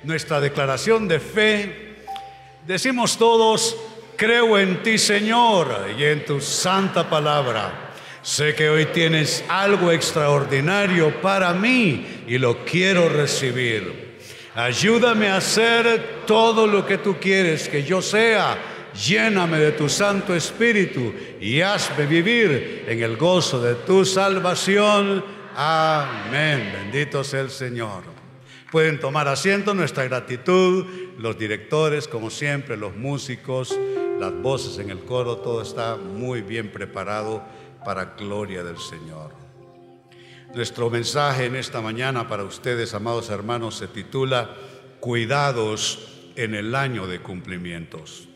nuestra declaración de fe. Decimos todos: creo en ti, Señor, y en tu santa palabra. Sé que hoy tienes algo extraordinario para mí y lo quiero recibir. Ayúdame a hacer todo lo que tú quieres que yo sea. Lléname de tu Santo Espíritu y hazme vivir en el gozo de tu salvación. Amén. Bendito sea el Señor. Pueden tomar asiento. Nuestra gratitud, los directores, como siempre, los músicos, las voces en el coro, todo está muy bien preparado para gloria del Señor. Nuestro mensaje en esta mañana para ustedes, amados hermanos, se titula Cuidados en el año de cumplimientos.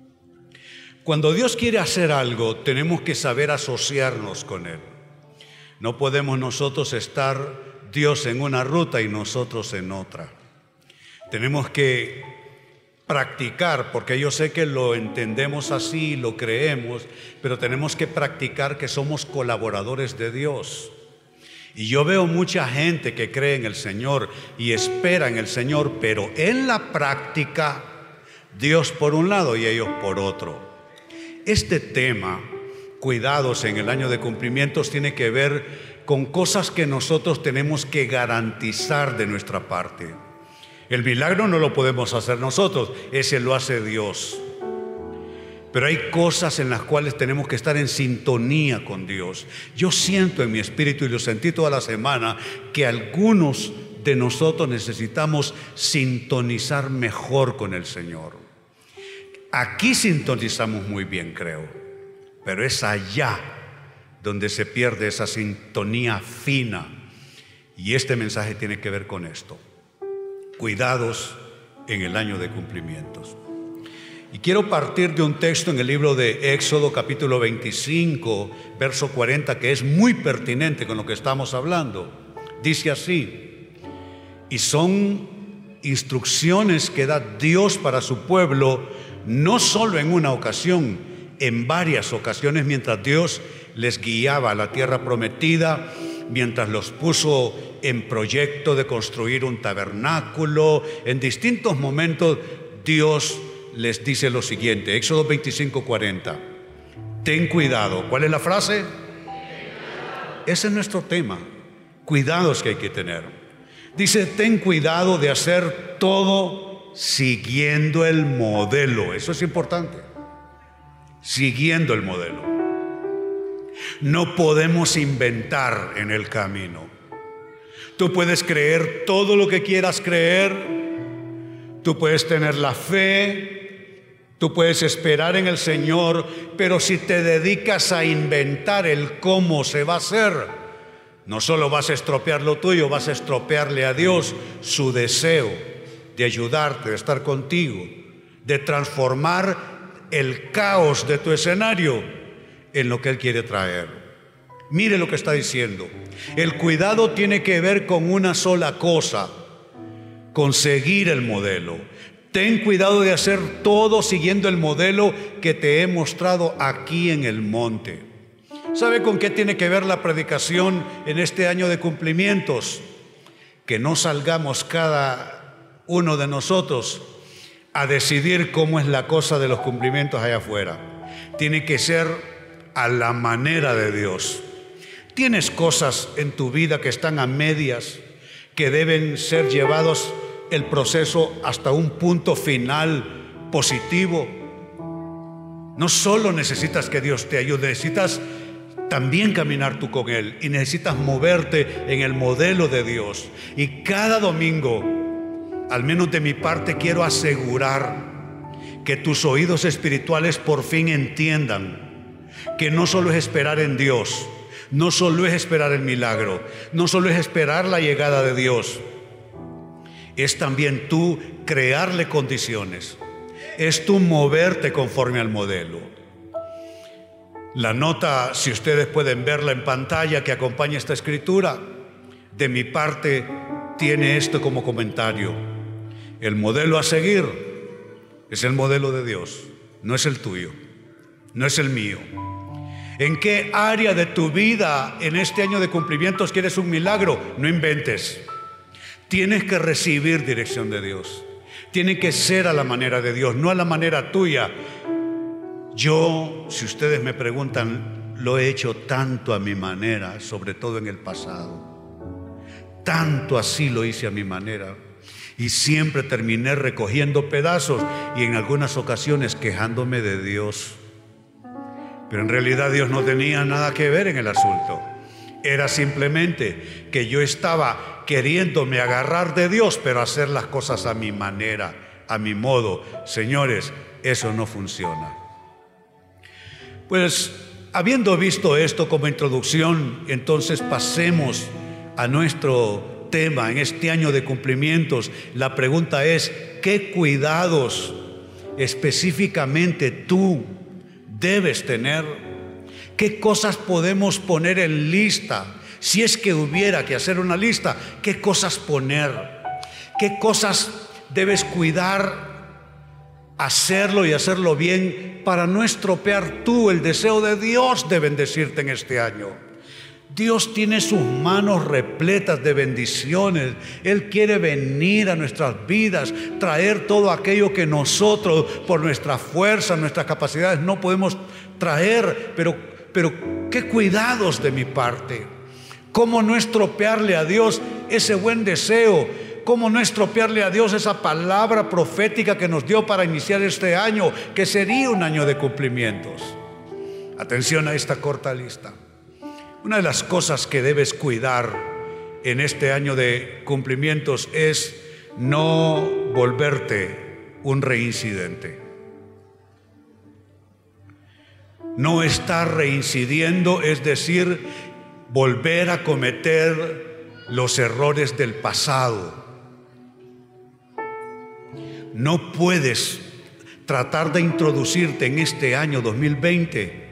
Cuando Dios quiere hacer algo, tenemos que saber asociarnos con Él. No podemos nosotros estar Dios en una ruta y nosotros en otra. Tenemos que practicar, porque yo sé que lo entendemos así, lo creemos, pero tenemos que practicar que somos colaboradores de Dios. Y yo veo mucha gente que cree en el Señor y espera en el Señor, pero en la práctica, Dios por un lado y ellos por otro. Este tema, cuidados en el año de cumplimientos, tiene que ver con cosas que nosotros tenemos que garantizar de nuestra parte. El milagro no lo podemos hacer nosotros, ese lo hace Dios. Pero hay cosas en las cuales tenemos que estar en sintonía con Dios. Yo siento en mi espíritu, y lo sentí toda la semana, que algunos de nosotros necesitamos sintonizar mejor con el Señor. Aquí sintonizamos muy bien, creo, pero es allá donde se pierde esa sintonía fina. Y este mensaje tiene que ver con esto. Cuidados en el año de cumplimientos. Y quiero partir de un texto en el libro de Éxodo, capítulo 25, verso 40, que es muy pertinente con lo que estamos hablando. Dice así: y son instrucciones que da Dios para su pueblo, no solo en una ocasión, en varias ocasiones, mientras Dios les guiaba a la tierra prometida, mientras los puso en proyecto de construir un tabernáculo. En distintos momentos Dios les dice lo siguiente. Éxodo 25:40. Ten cuidado. ¿Cuál es la frase? Ese es nuestro tema. Cuidados que hay que tener. Dice: ten cuidado de hacer todo siguiendo el modelo. Eso es importante. Siguiendo el modelo. No podemos inventar en el camino. Tú puedes creer todo lo que quieras creer, tú puedes tener la fe, tú puedes esperar en el Señor, pero si te dedicas a inventar el cómo se va a hacer, no solo vas a estropear lo tuyo, vas a estropearle a Dios su deseo de ayudarte, de estar contigo, de transformar el caos de tu escenario en lo que Él quiere traer. Mire lo que está diciendo. El cuidado tiene que ver con una sola cosa: con seguir el modelo. Ten cuidado de hacer todo siguiendo el modelo que te he mostrado aquí en el monte. ¿Sabe con qué tiene que ver la predicación en este año de cumplimientos? Que no salgamos cada uno de nosotros a decidir cómo es la cosa de los cumplimientos allá afuera. Tiene que ser a la manera de Dios. Tienes cosas en tu vida que están a medias, que deben ser llevados el proceso hasta un punto final positivo. No solo necesitas que Dios te ayude, necesitas también caminar tú con Él, y necesitas moverte en el modelo de Dios. Y cada domingo, al menos de mi parte, quiero asegurar que tus oídos espirituales por fin entiendan que no solo es esperar en Dios, no solo es esperar el milagro, no solo es esperar la llegada de Dios, es también tú crearle condiciones, es tú moverte conforme al modelo. La nota, si ustedes pueden verla en pantalla, que acompaña esta escritura, de mi parte tiene esto como comentario: el modelo a seguir es el modelo de Dios, no es el tuyo, no es el mío. ¿En qué área de tu vida en este año de cumplimientos quieres un milagro? No inventes. Tienes que recibir dirección de Dios. Tiene que ser a la manera de Dios, no a la manera tuya. Yo, si ustedes me preguntan, lo he hecho tanto a mi manera, sobre todo en el pasado. Tanto así lo hice a mi manera. Y siempre terminé recogiendo pedazos y en algunas ocasiones quejándome de Dios. Pero en realidad Dios no tenía nada que ver en el asunto. Era simplemente que yo estaba queriéndome agarrar de Dios, pero hacer las cosas a mi manera, a mi modo. Señores, eso no funciona. Pues, habiendo visto esto como introducción, entonces pasemos a nuestro tema en este año de cumplimientos. La pregunta es, ¿qué cuidados específicamente tú debes tener? ¿Qué cosas podemos poner en lista? Si es que hubiera que hacer una lista, ¿qué cosas poner? ¿Qué cosas debes cuidar? Hacerlo y hacerlo bien para no estropear tú el deseo de Dios de bendecirte en este año. Dios tiene sus manos repletas de bendiciones. Él quiere venir a nuestras vidas, traer todo aquello que nosotros, por nuestra fuerza, nuestras capacidades, no podemos traer. Pero qué cuidados de mi parte. Cómo no estropearle a Dios ese buen deseo. Cómo no estropearle a Dios esa palabra profética que nos dio para iniciar este año, que sería un año de cumplimientos. Atención a esta corta lista. Una de las cosas que debes cuidar en este año de cumplimientos es no volverte un reincidente. No estar reincidiendo, es decir, volver a cometer los errores del pasado. No puedes tratar de introducirte en este año 2020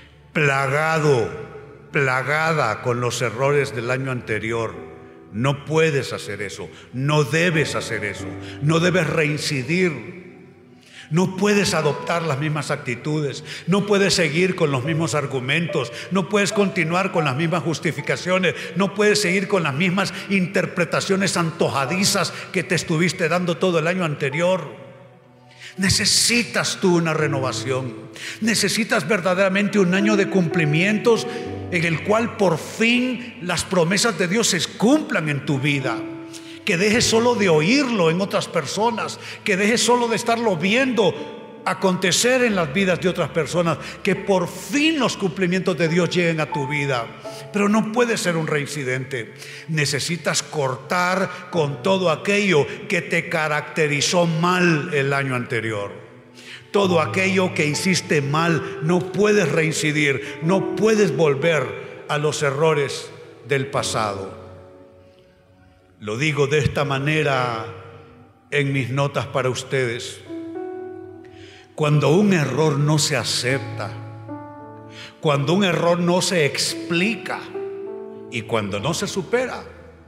plagada con los errores del año anterior. No puedes hacer eso, no debes hacer eso, no debes reincidir. No puedes adoptar las mismas actitudes, no puedes seguir con los mismos argumentos, no puedes continuar con las mismas justificaciones, no puedes seguir con las mismas interpretaciones antojadizas que te estuviste dando todo el año anterior. Necesitas tú una renovación, necesitas verdaderamente un año de cumplimientos en el cual por fin las promesas de Dios se cumplan en tu vida. Que dejes solo de oírlo en otras personas, que dejes solo de estarlo viendo acontecer en las vidas de otras personas, que por fin los cumplimientos de Dios lleguen a tu vida. Pero no puedes ser un reincidente. Necesitas cortar con todo aquello que te caracterizó mal el año anterior. Todo aquello que hiciste mal, no puedes reincidir, no puedes volver a los errores del pasado. Lo digo de esta manera en mis notas para ustedes. Cuando un error no se acepta, cuando un error no se explica y cuando no se supera,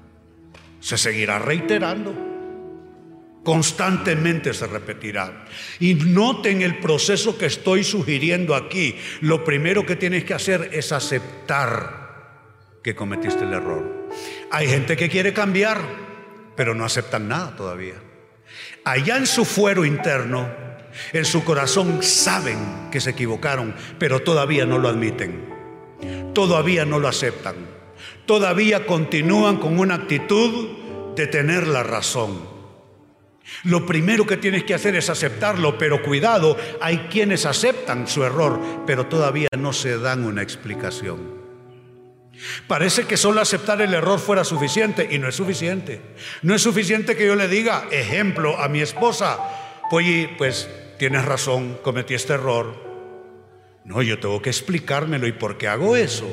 se seguirá reiterando. Constantemente se repetirá. Y noten el proceso que estoy sugiriendo aquí. Lo primero que tienes que hacer es aceptar que cometiste el error. Hay gente que quiere cambiar, pero no aceptan nada todavía. Allá en su fuero interno, en su corazón, saben que se equivocaron, pero todavía no lo admiten. Todavía no lo aceptan. Todavía continúan con una actitud de tener la razón. Lo primero que tienes que hacer es aceptarlo, pero cuidado, hay quienes aceptan su error, pero todavía no se dan una explicación. Parece que solo aceptar el error fuera suficiente, y no es suficiente. No es suficiente que yo le diga, ejemplo, a mi esposa: oye, pues tienes razón, cometí este error. No, yo tengo que explicármelo. ¿Y por qué hago eso?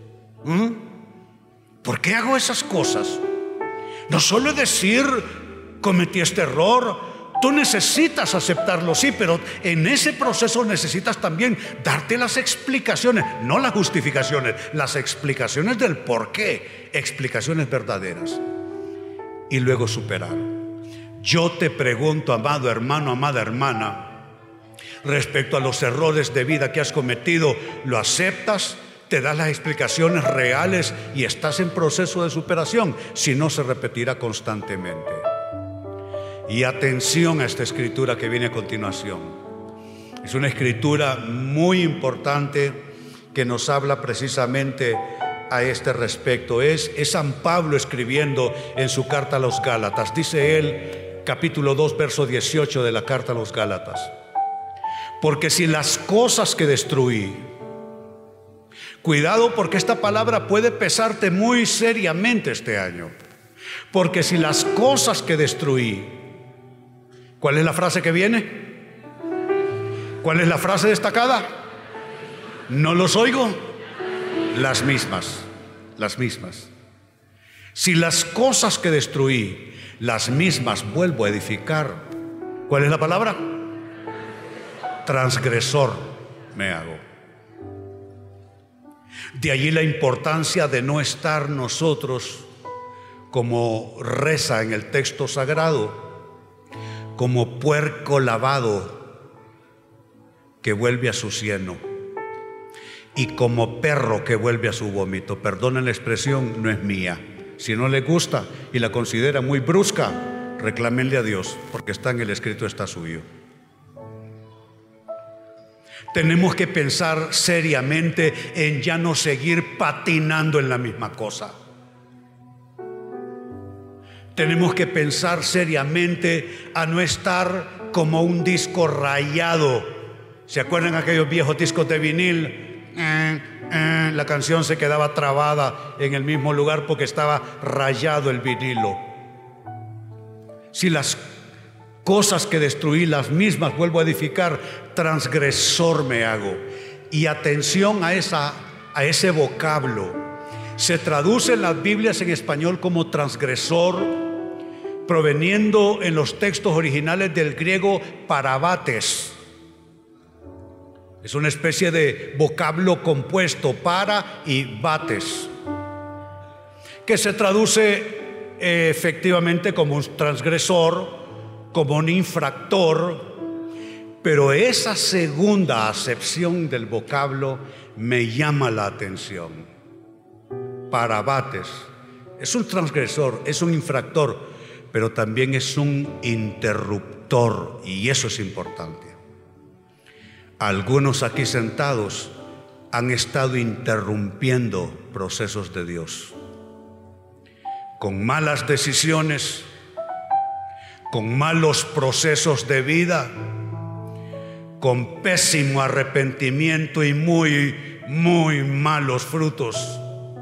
¿Por qué hago esas cosas? No solo decir, cometí este error. Tú necesitas aceptarlo, sí, pero en ese proceso necesitas también darte las explicaciones, no las justificaciones, las explicaciones del por qué, explicaciones verdaderas. Y luego superar. Yo te pregunto, amado hermano, amada hermana, respecto a los errores de vida que has cometido, ¿lo aceptas? te das las explicaciones reales y estás en proceso de superación. Si no, se repetirá constantemente. Y atención a esta escritura que viene a continuación. Es una escritura muy importante que nos habla precisamente a este respecto. Es San Pablo escribiendo en su carta a los Gálatas. Dice él, capítulo 2, verso 18 de la carta a los Gálatas: porque si las cosas que destruí, cuidado, porque esta palabra puede pesarte muy seriamente este año. Porque si las cosas que destruí, ¿cuál es la frase que viene? ¿Cuál es la frase destacada? No los oigo. Las mismas. Si las cosas que destruí, las mismas vuelvo a edificar, ¿cuál es la palabra? Transgresor me hago. De allí la importancia de no estar nosotros, como reza en el texto sagrado, como puerco lavado que vuelve a su cieno, y como perro que vuelve a su vómito. Perdonen la expresión, no es mía. Si no le gusta y la considera muy brusca, reclámenle a Dios, porque está en el escrito, está suyo. Tenemos que pensar seriamente en ya no seguir patinando en la misma cosa. Tenemos que pensar seriamente a no estar como un disco rayado. ¿Se acuerdan aquellos viejos discos de vinil? La canción se quedaba trabada en el mismo lugar porque estaba rayado el vinilo. Si las cosas que destruí, las mismas vuelvo a edificar, transgresor me hago. Y atención a ese vocablo. Se traduce en las Biblias en español como transgresor, proveniendo en los textos originales del griego parabates. Es una especie de vocablo compuesto, para y bates, que se traduce efectivamente como un transgresor, como un infractor. Pero esa segunda acepción del vocablo me llama la atención. Parabates es un transgresor, es un infractor, pero también es un interruptor, y eso es importante. Algunos aquí sentados han estado interrumpiendo procesos de Dios con malas decisiones, con malos procesos de vida, con pésimo arrepentimiento y muy malos frutos.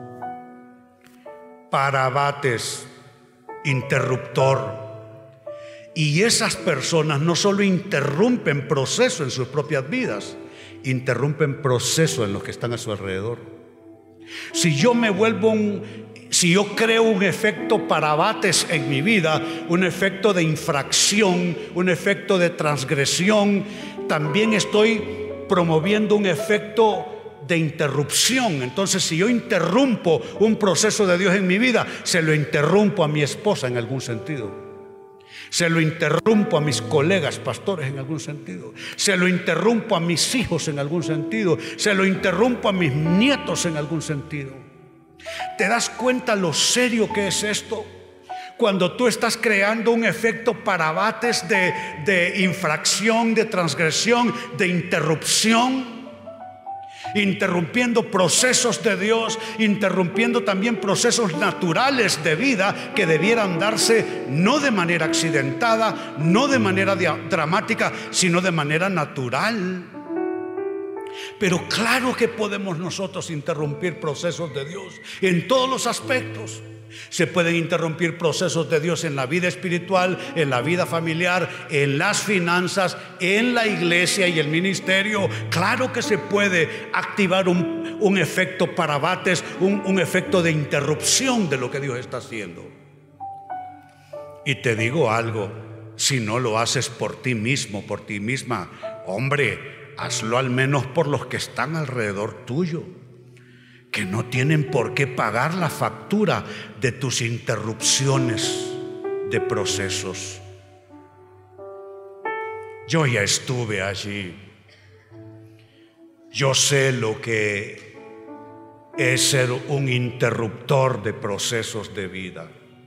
Parabates, interruptor. Y esas personas no solo interrumpen proceso en sus propias vidas, interrumpen proceso en los que están a su alrededor. Si yo creo un efecto parabates en mi vida, un efecto de infracción, un efecto de transgresión, también estoy promoviendo un efecto de interrupción. Entonces, si yo interrumpo un proceso de Dios en mi vida, se lo interrumpo a mi esposa en algún sentido. Se lo interrumpo a mis colegas pastores en algún sentido. Se lo interrumpo a mis hijos en algún sentido. Se lo interrumpo a mis nietos en algún sentido. ¿Te das cuenta lo serio que es esto? Cuando tú estás creando un efecto parabates de infracción, de transgresión, de interrupción, interrumpiendo procesos de Dios, interrumpiendo también procesos naturales de vida que debieran darse no de manera accidentada, no de manera dramática, sino de manera natural. Pero claro que podemos nosotros interrumpir procesos de Dios en todos los aspectos. Se pueden interrumpir procesos de Dios en la vida espiritual, en la vida familiar, en las finanzas, en la iglesia y el ministerio. Claro que se puede activar un efecto parabates, un efecto de interrupción de lo que Dios está haciendo. Y te digo algo, si no lo haces por ti mismo, por ti misma, hombre, hazlo al menos por los que están alrededor tuyo, que no tienen por qué pagar la factura de tus interrupciones de procesos. Yo ya estuve allí. Yo sé lo que es ser un interruptor de procesos de vida.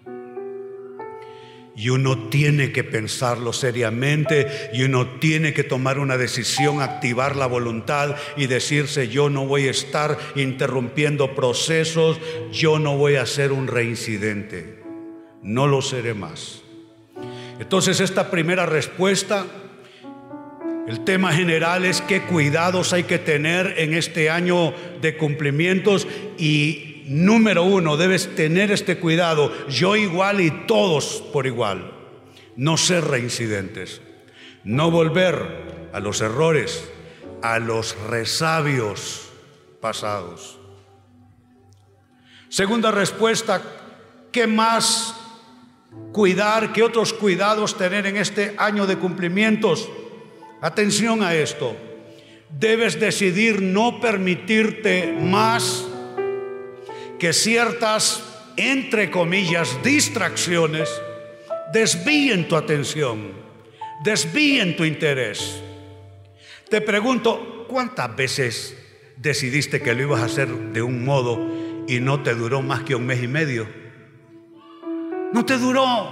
Y uno tiene que pensarlo seriamente, y uno tiene que tomar una decisión, activar la voluntad y decirse: yo no voy a estar interrumpiendo procesos, yo no voy a ser un reincidente, no lo seré más. Entonces, esta primera respuesta, el tema general es qué cuidados hay que tener en este año de cumplimientos. Y número uno, debes tener este cuidado, yo igual y todos por igual: no ser reincidentes, no volver a los errores, a los resabios pasados. Segunda respuesta, ¿qué más cuidar? ¿Qué otros cuidados tener en este año de cumplimientos? Atención a esto: debes decidir no permitirte más que ciertas, entre comillas, distracciones desvíen tu atención, desvíen tu interés. Te pregunto, ¿cuántas veces decidiste que lo ibas a hacer de un modo y no te duró más que 1 mes y medio? No te duró.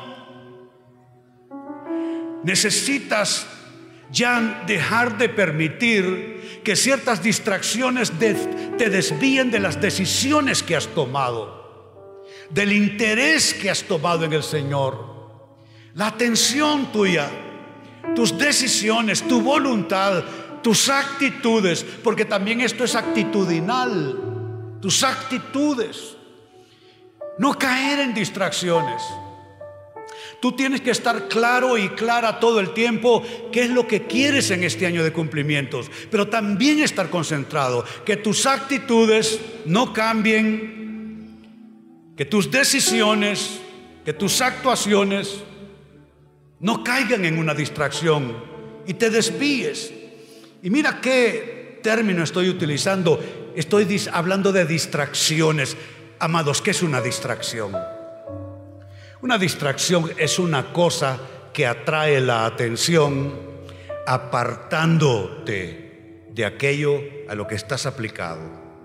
Necesitas ya dejar de permitir que ciertas distracciones te desvíen de las decisiones que has tomado, del interés que has tomado en el Señor. La atención tuya, tus decisiones, tu voluntad, tus actitudes, porque también esto es actitudinal, tus actitudes. No caer en distracciones. Tú tienes que estar claro y clara todo el tiempo qué es lo que quieres en este año de cumplimientos, pero también estar concentrado, que tus actitudes no cambien, que tus decisiones, que tus actuaciones no caigan en una distracción y te desvíes. Y mira qué término estoy utilizando. Estoy hablando de distracciones. Amados, ¿qué es una distracción? Una distracción es una cosa que atrae la atención, apartándote de aquello a lo que estás aplicado.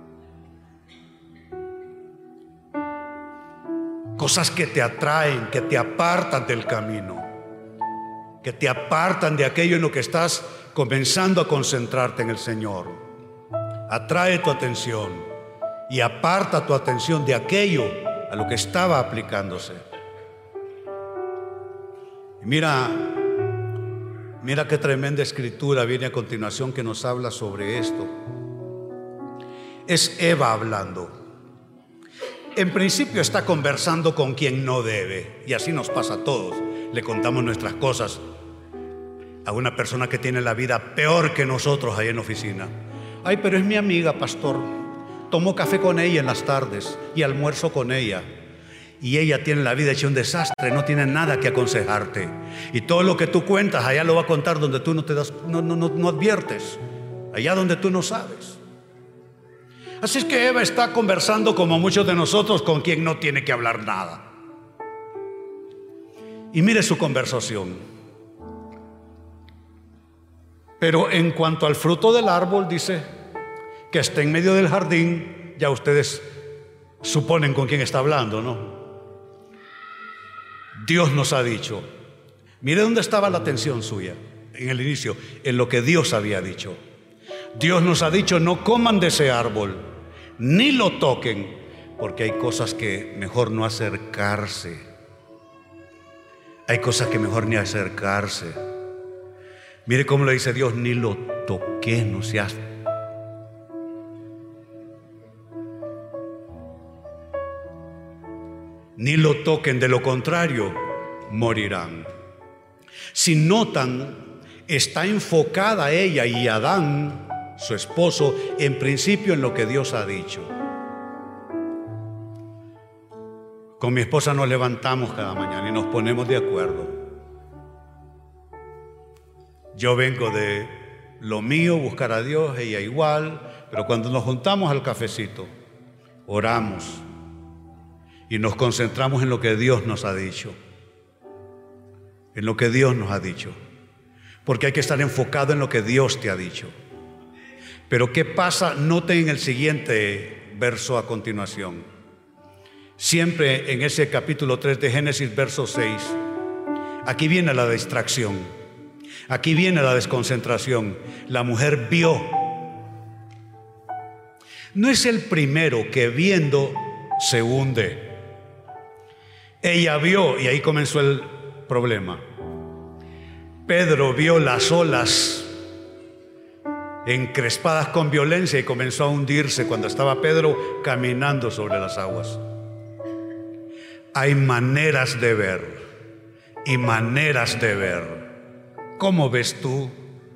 Cosas que te atraen, que te apartan del camino, que te apartan de aquello en lo que estás comenzando a concentrarte en el Señor. Atrae tu atención y aparta tu atención de aquello a lo que estaba aplicándose. Mira qué tremenda escritura viene a continuación que nos habla sobre esto. Es Eva hablando. En principio está conversando con quien no debe, y así nos pasa a todos. Le contamos nuestras cosas a una persona que tiene la vida peor que nosotros ahí en la oficina. Ay, pero es mi amiga, pastor. Tomo café con ella en las tardes y almuerzo con ella. Y ella tiene la vida hecha un desastre, no tiene nada que aconsejarte. Y todo lo que tú cuentas allá lo va a contar donde tú no adviertes, allá donde tú no sabes. Así es que Eva está conversando, como muchos de nosotros, con quien no tiene que hablar nada. Y mire su conversación. Pero en cuanto al fruto del árbol, dice que está en medio del jardín. Ya ustedes suponen con quién está hablando, ¿no? Dios nos ha dicho. Mire dónde estaba la atención suya en el inicio, en lo que Dios había dicho. Dios nos ha dicho: no coman de ese árbol, ni lo toquen, porque hay cosas que mejor no acercarse. Hay cosas que mejor ni acercarse. Mire cómo le dice Dios: ni lo toques, no seas. Ni lo toquen, de lo contrario morirán. Si notan, está enfocada ella y Adán, su esposo, en principio en lo que Dios ha dicho. Con mi esposa nos levantamos cada mañana y nos ponemos de acuerdo. Yo vengo de lo mío, buscar a Dios, ella igual, pero cuando nos juntamos al cafecito, oramos y nos concentramos en lo que Dios nos ha dicho. En lo que Dios nos ha dicho. Porque hay que estar enfocado en lo que Dios te ha dicho. Pero ¿qué pasa? Noten el siguiente verso a continuación. Siempre en ese capítulo 3 de Génesis, verso 6, aquí viene la distracción, aquí viene la desconcentración. La mujer vio. No es el primero que viendo se hunde. Ella vio y ahí comenzó el problema. Pedro vio las olas encrespadas con violencia y comenzó a hundirse cuando estaba Pedro caminando sobre las aguas. Hay maneras de ver y maneras de ver. ¿Cómo ves tú?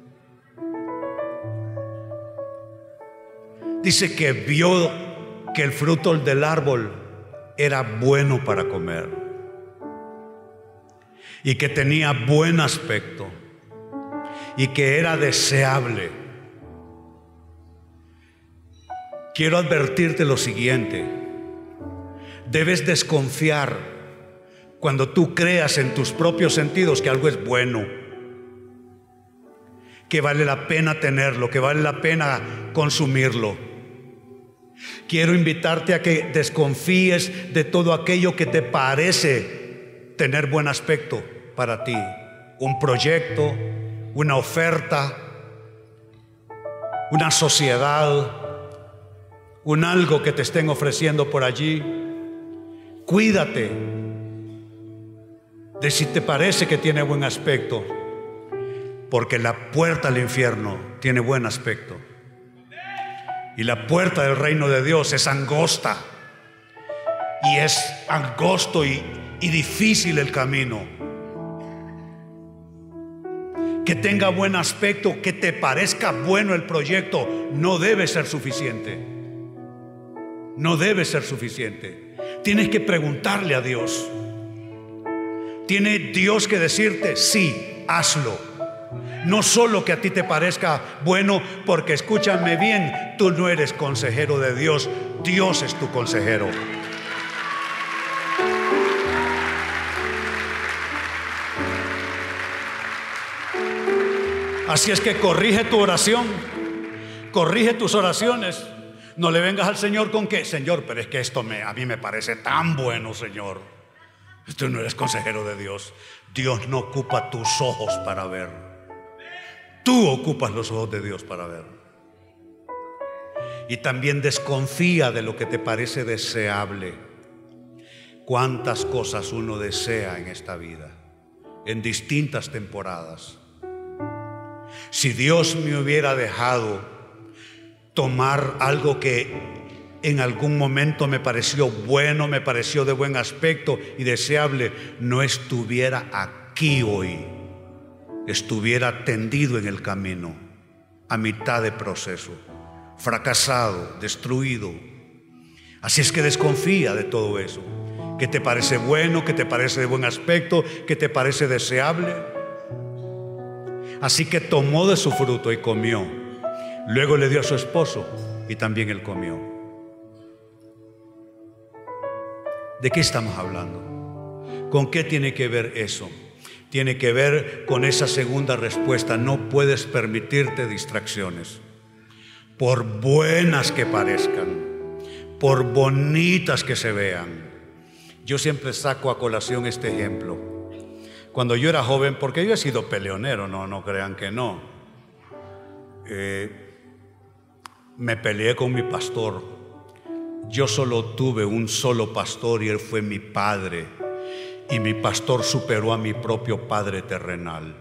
Dice que vio que el fruto del árbol era bueno para comer y que tenía buen aspecto y que era deseable. Quiero advertirte lo siguiente: debes desconfiar cuando tú creas en tus propios sentidos que algo es bueno, que vale la pena tenerlo, que vale la pena consumirlo. Quiero invitarte a que desconfíes de todo aquello que te parece tener buen aspecto para ti. Un proyecto, una oferta, una sociedad, un algo que te estén ofreciendo por allí. Cuídate de si te parece que tiene buen aspecto, porque la puerta al infierno tiene buen aspecto y la puerta del reino de Dios es angosta, y es angosto y difícil el camino. Que tenga buen aspecto, que te parezca bueno el proyecto, no debe ser suficiente. No debe ser suficiente. Tienes que preguntarle a Dios. Tiene Dios que decirte: sí, hazlo. No solo que a ti te parezca bueno, porque escúchame bien, tú no eres consejero de Dios, Dios es tu consejero. Así es que corrige tu oración, corrige tus oraciones. No le vengas al Señor con que: Señor, pero es que esto a mí me parece tan bueno, Señor. Tú no eres consejero de Dios. Dios no ocupa tus ojos para ver. Tú ocupas los ojos de Dios para ver. Y también desconfía de lo que te parece deseable. ¿Cuántas cosas uno desea en esta vida, en distintas temporadas? Si Dios me hubiera dejado tomar algo que en algún momento me pareció bueno, me pareció de buen aspecto y deseable, no estuviera aquí hoy. Estuviera tendido en el camino, a mitad de proceso, fracasado, destruido. Así es que desconfía de todo eso, que te parece bueno, que te parece de buen aspecto, que te parece deseable. Así que tomó de su fruto y comió. Luego le dio a su esposo y también él comió. ¿De qué estamos hablando? ¿Con qué tiene que ver eso? Tiene que ver con esa segunda respuesta. No puedes permitirte distracciones, por buenas que parezcan, por bonitas que se vean. Yo siempre saco a colación este ejemplo. Cuando yo era joven, porque yo he sido peleonero, no crean que no, me peleé con mi pastor. Yo solo tuve un solo pastor y él fue mi padre. Y mi pastor superó a mi propio padre terrenal.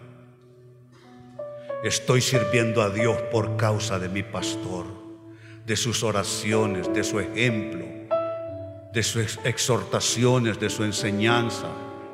Estoy sirviendo a Dios por causa de mi pastor, de sus oraciones, de su ejemplo, de sus exhortaciones, de su enseñanza.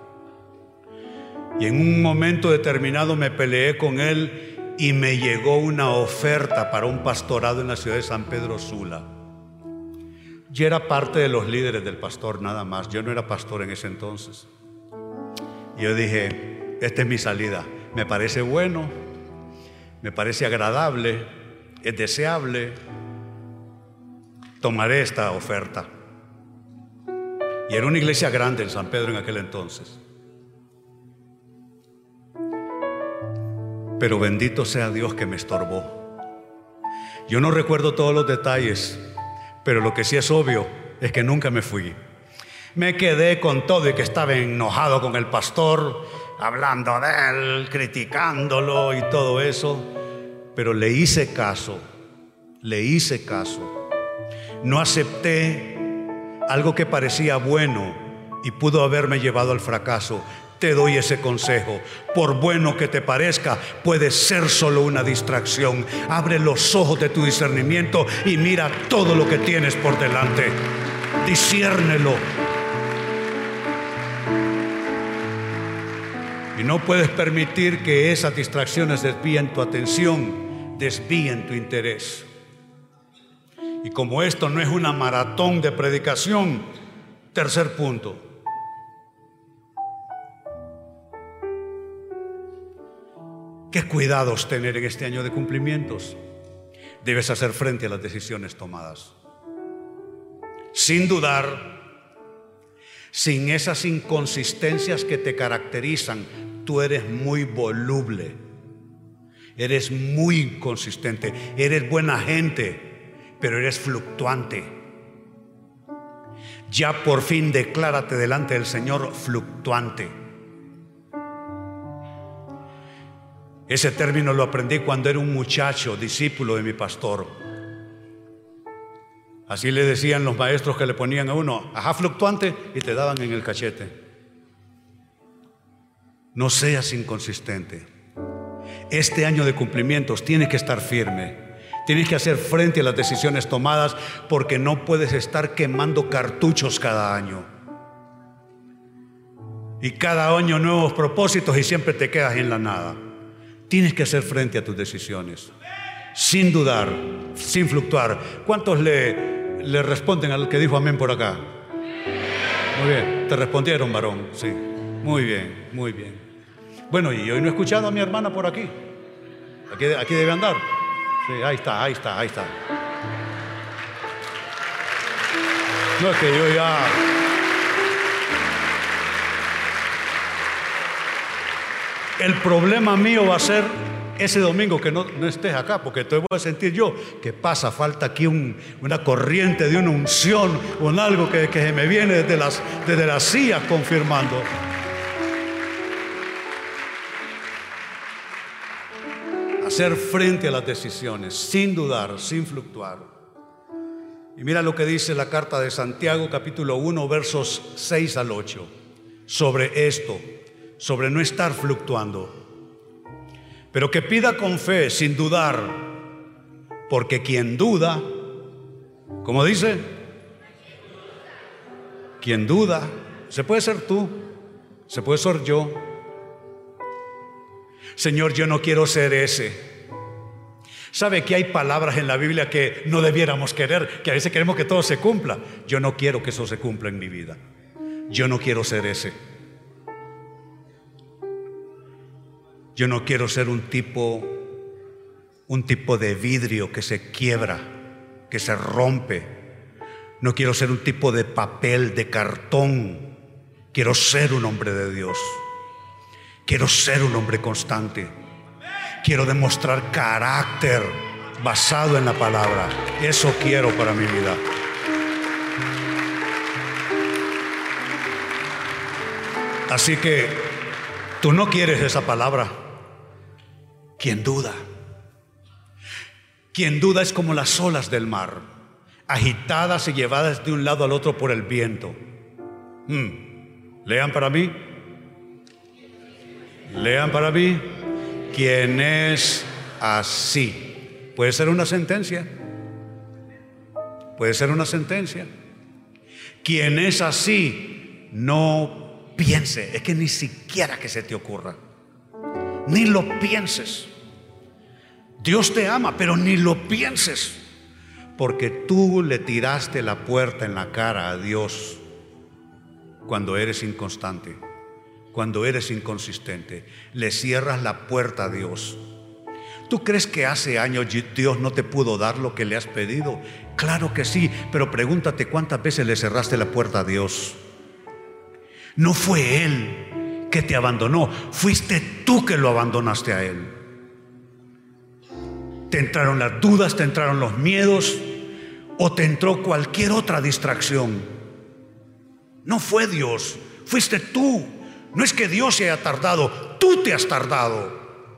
Y en un momento determinado me peleé con él y me llegó una oferta para un pastorado en la ciudad de San Pedro Sula. Yo era parte de los líderes del pastor nada más. Yo no era pastor en ese entonces. Yo dije: esta es mi salida. Me parece bueno, me parece agradable, es deseable. Tomaré esta oferta. Y era una iglesia grande en San Pedro en aquel entonces. Pero bendito sea Dios que me estorbó. Yo no recuerdo todos los detalles, Pero lo que sí es obvio es que nunca me fui. Me quedé con todo y que estaba enojado con el pastor, hablando de él, criticándolo y todo eso. Pero le hice caso. No acepté algo que parecía bueno y pudo haberme llevado al fracaso. Te doy ese consejo. Por bueno que te parezca, puede ser solo una distracción. Abre los ojos de tu discernimiento y mira todo lo que tienes por delante. Disciérnelo. Y no puedes permitir que esas distracciones desvíen tu atención, desvíen tu interés. Y como esto no es una maratón de predicación, tercer punto. ¿Qué cuidados tener en este año de cumplimientos? Debes hacer frente a las decisiones tomadas. Sin dudar, sin esas inconsistencias que te caracterizan. Tú eres muy voluble, eres muy inconsistente, eres buena gente, pero eres fluctuante. Ya por fin declárate delante del Señor fluctuante. Ese término lo aprendí cuando era un muchacho, discípulo de mi pastor. Así le decían los maestros que le ponían a uno, ajá, fluctuante, y te daban en el cachete. No seas inconsistente. Este año de cumplimientos tienes que estar firme. Tienes que hacer frente a las decisiones tomadas, porque no puedes estar quemando cartuchos cada año. Y cada año nuevos propósitos y siempre te quedas en la nada. Tienes que hacer frente a tus decisiones, sin dudar, sin fluctuar. ¿Cuántos le responden al que dijo amén por acá? Muy bien, te respondieron, varón. Sí, muy bien, muy bien. Bueno, y hoy no he escuchado a mi hermana por aquí. Aquí debe andar. Sí, ahí está. No, es que yo ya... El problema mío va a ser ese domingo que no estés acá, porque te voy a sentir yo que falta aquí una corriente de una unción o algo que se me viene desde las sillas confirmando. Hacer frente a las decisiones, sin dudar, sin fluctuar. Y mira lo que dice la carta de Santiago, capítulo 1, versos 6 al 8, sobre esto, sobre no estar fluctuando. Pero que pida con fe, sin dudar, porque quien duda, ¿cómo dice? Quien duda, se puede ser tú, se puede ser yo. Señor, yo no quiero ser ese. ¿Sabe que hay palabras en la Biblia que no debiéramos querer? Que a veces queremos que todo se cumpla. Yo no quiero que eso se cumpla en mi vida. Yo no quiero ser ese. Yo no quiero ser un tipo de vidrio que se quiebra, que se rompe. No quiero ser un tipo de papel, de cartón. Quiero ser un hombre de Dios. Quiero ser un hombre constante. Quiero demostrar carácter basado en la palabra. Eso quiero para mi vida. Así que tú no quieres esa palabra. Quien duda. Quien duda es como las olas del mar, agitadas y llevadas de un lado al otro por el viento. Lean para mí. Lean para mí. Quien es así. Puede ser una sentencia. Puede ser una sentencia. Quien es así, no piense. Es que ni siquiera que se te ocurra. Ni lo pienses. Dios te ama, pero ni lo pienses, porque tú le tiraste la puerta en la cara a Dios cuando eres inconstante, cuando eres inconsistente. Le cierras la puerta a Dios. ¿Tú crees que hace años Dios no te pudo dar lo que le has pedido? Claro que sí, pero pregúntate cuántas veces le cerraste la puerta a Dios. No fue Él que te abandonó, fuiste tú que lo abandonaste a Él. Te entraron las dudas, te entraron los miedos, o te entró cualquier otra distracción. No fue Dios, fuiste tú. No es que Dios se haya tardado, tú te has tardado.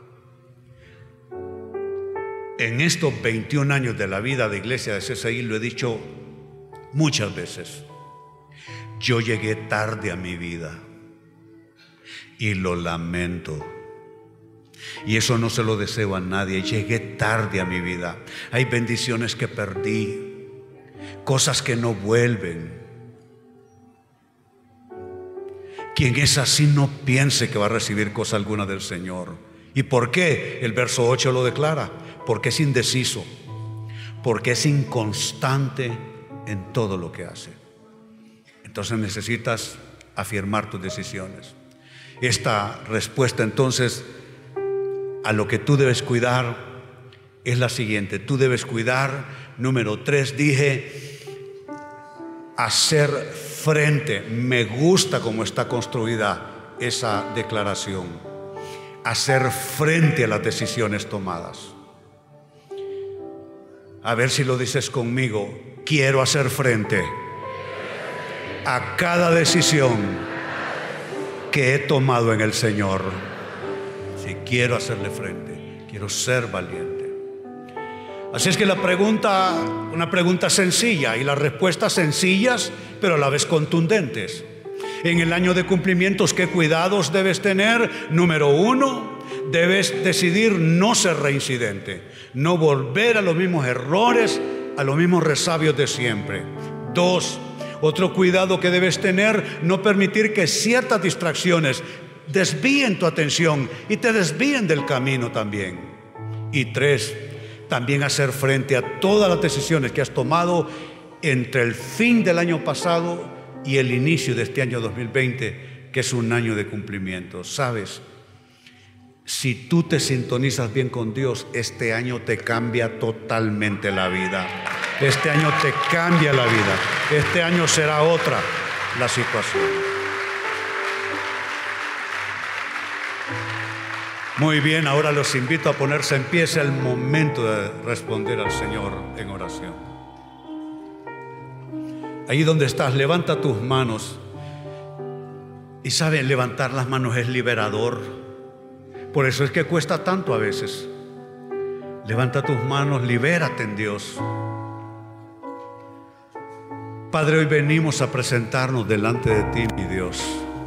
En estos 21 años de la vida de Iglesia de CCI lo he dicho muchas veces. Yo llegué tarde a mi vida y lo lamento. Y eso no se lo deseo a nadie. Llegué tarde a mi vida. Hay bendiciones que perdí, cosas que no vuelven. Quien es así no piense que va a recibir cosa alguna del Señor. ¿Y por qué? El verso 8 lo declara. Porque es indeciso, porque es inconstante en todo lo que hace. Entonces necesitas afirmar tus decisiones. Esta respuesta entonces a lo que tú debes cuidar es la siguiente. Tú debes cuidar, número 3, dije, hacer frente. Me gusta cómo está construida esa declaración. Hacer frente a las decisiones tomadas. A ver si lo dices conmigo. Quiero hacer frente a cada decisión que he tomado en el Señor. Si quiero hacerle frente, quiero ser valiente. Así es que la pregunta, una pregunta sencilla y las respuestas sencillas, pero a la vez contundentes. En el año de cumplimientos, ¿qué cuidados debes tener? Número 1, debes decidir no ser reincidente, no volver a los mismos errores, a los mismos resabios de siempre. 2, otro cuidado que debes tener, no permitir que ciertas distracciones desvíen tu atención y te desvíen del camino también. Y 3, también hacer frente a todas las decisiones que has tomado entre el fin del año pasado y el inicio de este año 2020, que es un año de cumplimiento. ¿Sabes? Si tú te sintonizas bien con Dios, este año te cambia totalmente la vida. Este año te cambia la vida. Este año será otra la situación. Muy bien, ahora los invito a ponerse en pie. Es el momento de responder al Señor en oración. Ahí donde estás, levanta tus manos. Y saben, levantar las manos es liberador. Por eso es que cuesta tanto a veces. Levanta tus manos, libérate en Dios. Padre, hoy venimos a presentarnos delante de ti, mi Dios.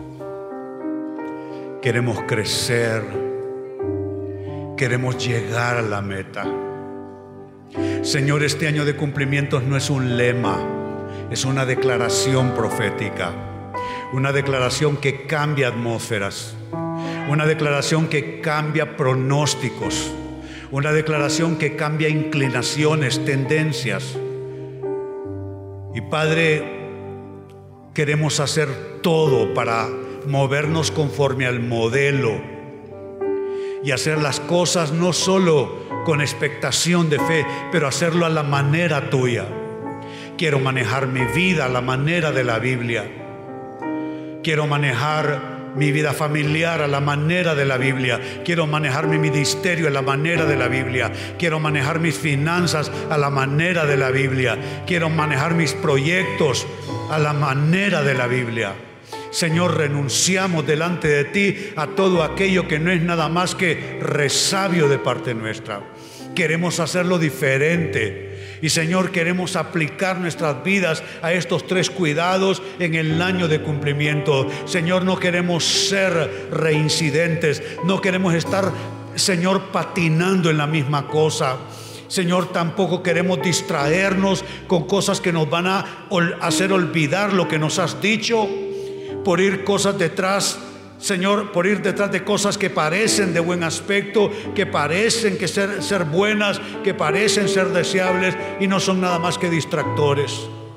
Queremos crecer, queremos llegar a la meta. Señor, este año de cumplimientos no es un lema, es una declaración profética, una declaración que cambia atmósferas, una declaración que cambia pronósticos, una declaración que cambia inclinaciones, tendencias. Y Padre, queremos hacer todo para movernos conforme al modelo y hacer las cosas no solo con expectación de fe, pero hacerlo a la manera tuya. Quiero manejar mi vida a la manera de la Biblia. Quiero manejar mi vida familiar a la manera de la Biblia. Quiero manejar mi ministerio a la manera de la Biblia. Quiero manejar mis finanzas a la manera de la Biblia. Quiero manejar mis proyectos a la manera de la Biblia. Señor, renunciamos delante de ti a todo aquello que no es nada más que resabio de parte nuestra. Queremos hacerlo diferente. Y Señor, queremos aplicar nuestras vidas a estos 3 cuidados en el año de cumplimiento. Señor, no queremos ser reincidentes. No queremos estar, Señor, patinando en la misma cosa. Señor, tampoco queremos distraernos con cosas que nos van a hacer olvidar lo que nos has dicho, por ir cosas detrás, Señor, por ir detrás de cosas que parecen de buen aspecto, que parecen que ser buenas, que parecen ser deseables y no son nada más que distractores.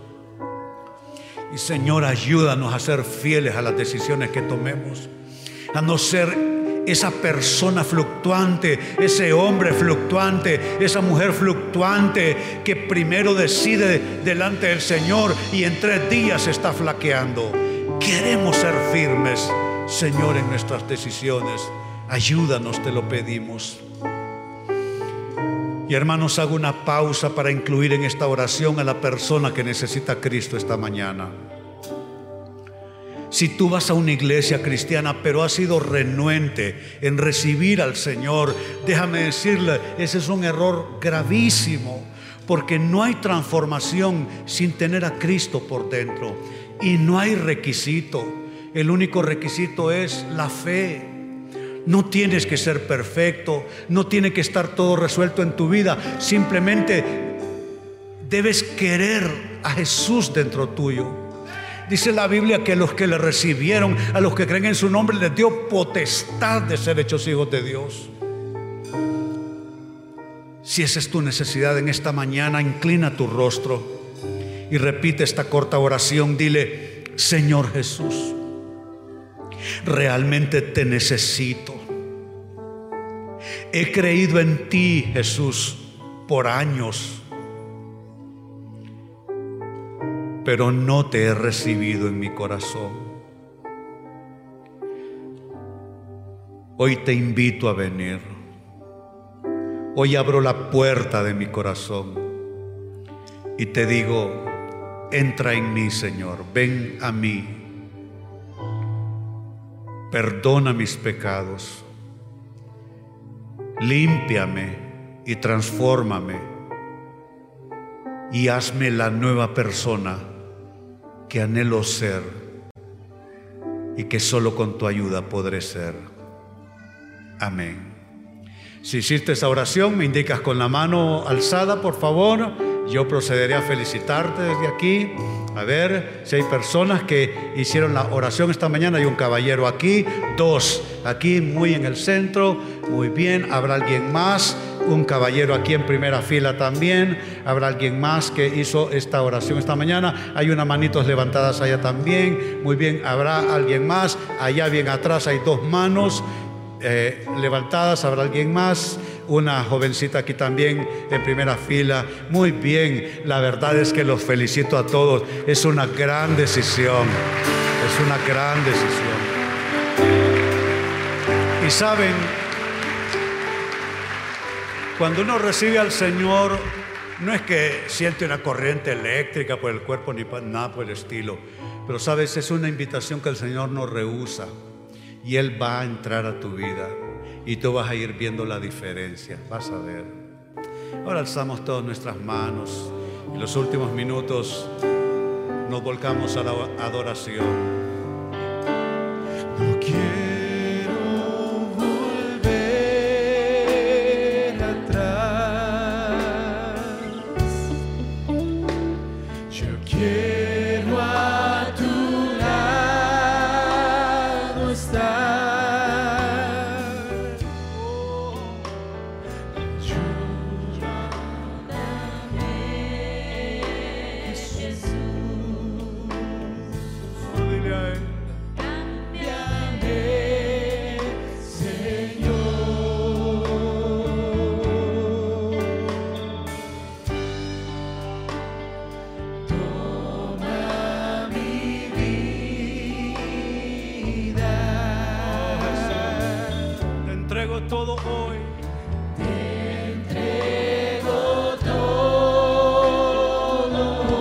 Y Señor, ayúdanos a ser fieles a las decisiones que tomemos, a no ser esa persona fluctuante, ese hombre fluctuante, esa mujer fluctuante que primero decide delante del Señor y en 3 días está flaqueando. Queremos ser firmes, Señor, en nuestras decisiones. Ayúdanos, te lo pedimos. Y hermanos, hago una pausa para incluir en esta oración a la persona que necesita a Cristo esta mañana. Si tú vas a una iglesia cristiana pero has sido renuente en recibir al Señor, déjame decirle, ese es un error gravísimo, porque no hay transformación sin tener a Cristo por dentro. Y no hay requisito. El único requisito es la fe. No tienes que ser perfecto, no tiene que estar todo resuelto en tu vida. Simplemente debes querer a Jesús dentro tuyo. Dice la Biblia que los que le recibieron, a los que creen en su nombre, les dio potestad de ser hechos hijos de Dios. Si esa es tu necesidad en esta mañana, inclina tu rostro y repite esta corta oración. Dile: Señor Jesús, realmente te necesito. He creído en ti, Jesús, por años, pero no te he recibido en mi corazón. Hoy te invito a venir. Hoy abro la puerta de mi corazón y te digo: entra en mí, Señor, ven a mí. Perdona mis pecados, límpiame y transfórmame y hazme la nueva persona que anhelo ser y que solo con tu ayuda podré ser. Amén. Si hiciste esa oración, me indicas con la mano alzada, por favor. Yo procederé a felicitarte desde aquí. A ver si hay personas que hicieron la oración esta mañana. Hay un caballero aquí, dos aquí muy en el centro. Muy bien. ¿Habrá alguien más? Un caballero aquí en primera fila también. ¿Habrá alguien más que hizo esta oración esta mañana? Hay unas manitos levantadas allá también. Muy bien. ¿Habrá alguien más? Allá bien atrás hay dos manos levantadas. ¿Habrá alguien más? Una jovencita aquí también en primera fila. Muy bien. La verdad es que los felicito a todos. Es una gran decisión. Es una gran decisión. Y saben, cuando uno recibe al Señor, no es que siente una corriente eléctrica por el cuerpo ni nada por el estilo, pero sabes, es una invitación que el Señor no rehúsa, y Él va a entrar a tu vida y tú vas a ir viendo la diferencia, vas a ver. Ahora alzamos todas nuestras manos y en los últimos minutos nos volcamos a la adoración. No quiero volver atrás. Yo quiero a tu lado estar. Todo hoy. Te entrego todo.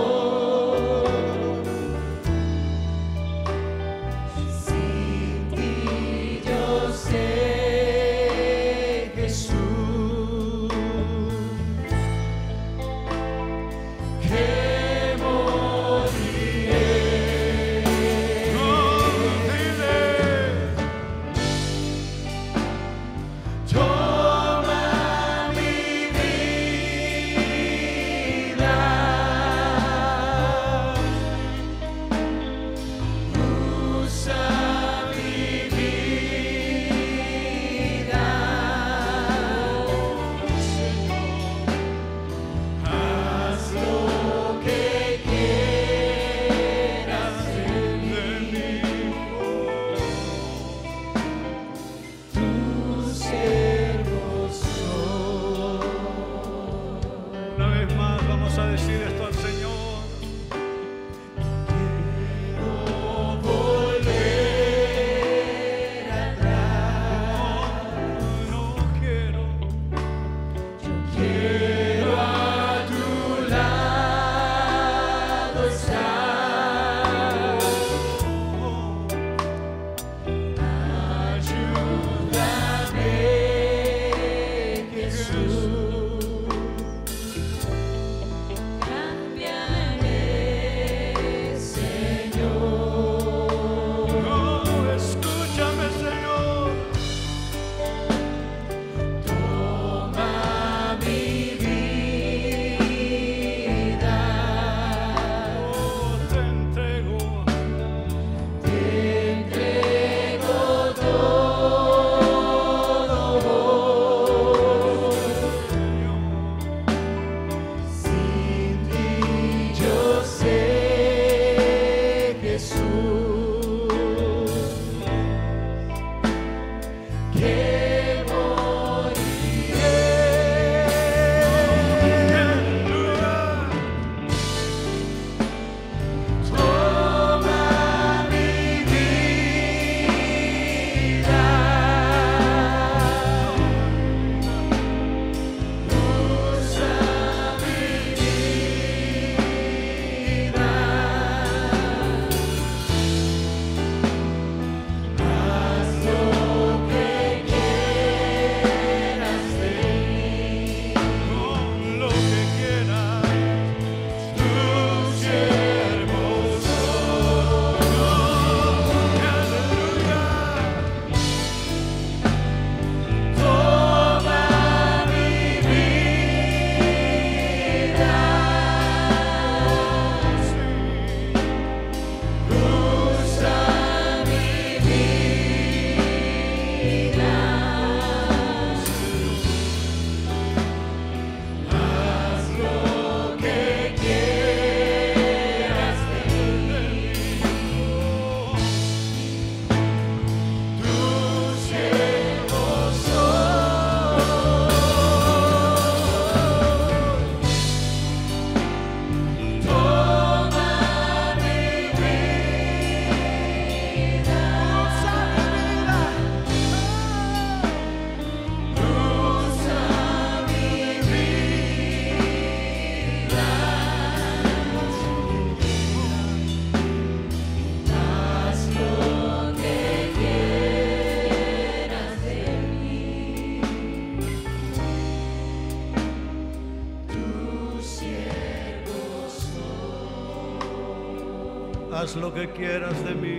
Sin ti yo sé, Jesús, que moriré. quiero a tu lado estar. Ayúdame, Jesús. Cámbiame, Señor. Oh, escúchame, Señor. Toma mi vida. Oh, te entrego. Te entrego todo. Sin ti yo sé, Jesús, que moriré. Toma mi vida. Usa mi vida. Haz lo que quieras de mí. Lo que quieras. Tu siervo soy. Aleluya. Toma mi vida. Usa mi vida. Haz lo que quieras de mí. Tu siervo soy. Toma mi vida. Usa mi vida. Haz lo que quieras de mí. Tu siervo soy. Haz lo que quieras de mí.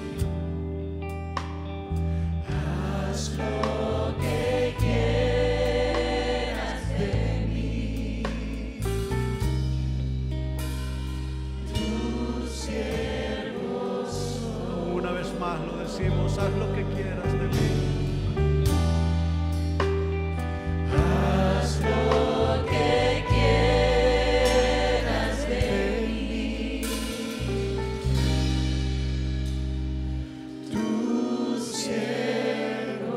Haz lo que quieras de mí. Tu siervo soy. Una vez más lo decimos, haz lo que quieras de mí. Haz lo que quieras de mí. Tu siervo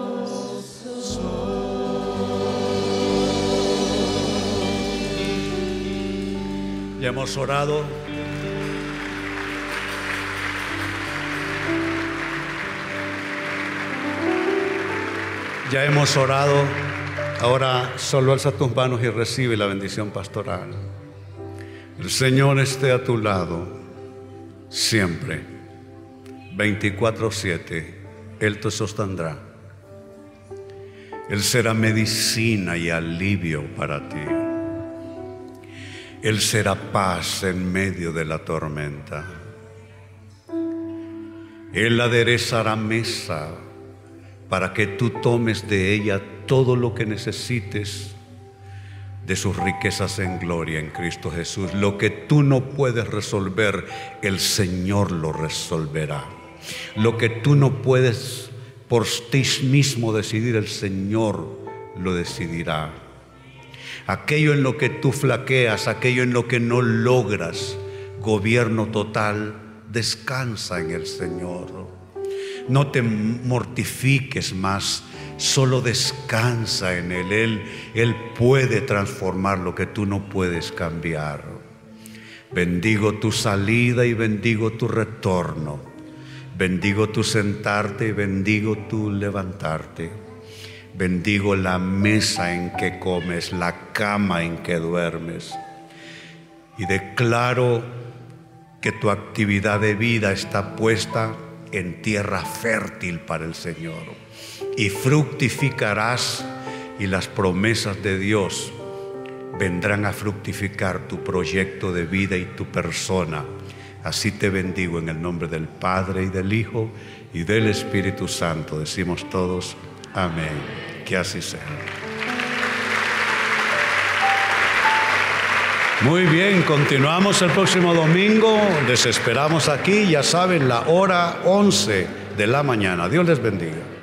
soy. Ya hemos orado. Ya hemos orado. Ahora solo alza tus manos y recibe la bendición pastoral. El Señor esté a tu lado siempre, 24/7. Él te sostendrá. Él será medicina y alivio para ti. Él será paz en medio de la tormenta. Él aderezará mesa para que tú tomes de ella todo lo que necesites de sus riquezas en gloria en Cristo Jesús. Lo que tú no puedes resolver, el Señor lo resolverá. Lo que tú no puedes por ti mismo decidir, el Señor lo decidirá. Aquello en lo que tú flaqueas, aquello en lo que no logras gobierno total, descansa en el Señor. No te mortifiques más, solo descansa en Él. Él puede transformar lo que tú no puedes cambiar. Bendigo tu salida y bendigo tu retorno. Bendigo tu sentarte y bendigo tu levantarte. Bendigo la mesa en que comes, la cama en que duermes. Y declaro que tu actividad de vida está puesta en tierra fértil para el Señor. Y fructificarás, y las promesas de Dios vendrán a fructificar tu proyecto de vida y tu persona. Así te bendigo en el nombre del Padre y del Hijo y del Espíritu Santo. Decimos todos, amén. Que así sea. Muy bien, continuamos el próximo domingo. Les esperamos aquí, ya saben, la hora 11 de la mañana. Dios les bendiga.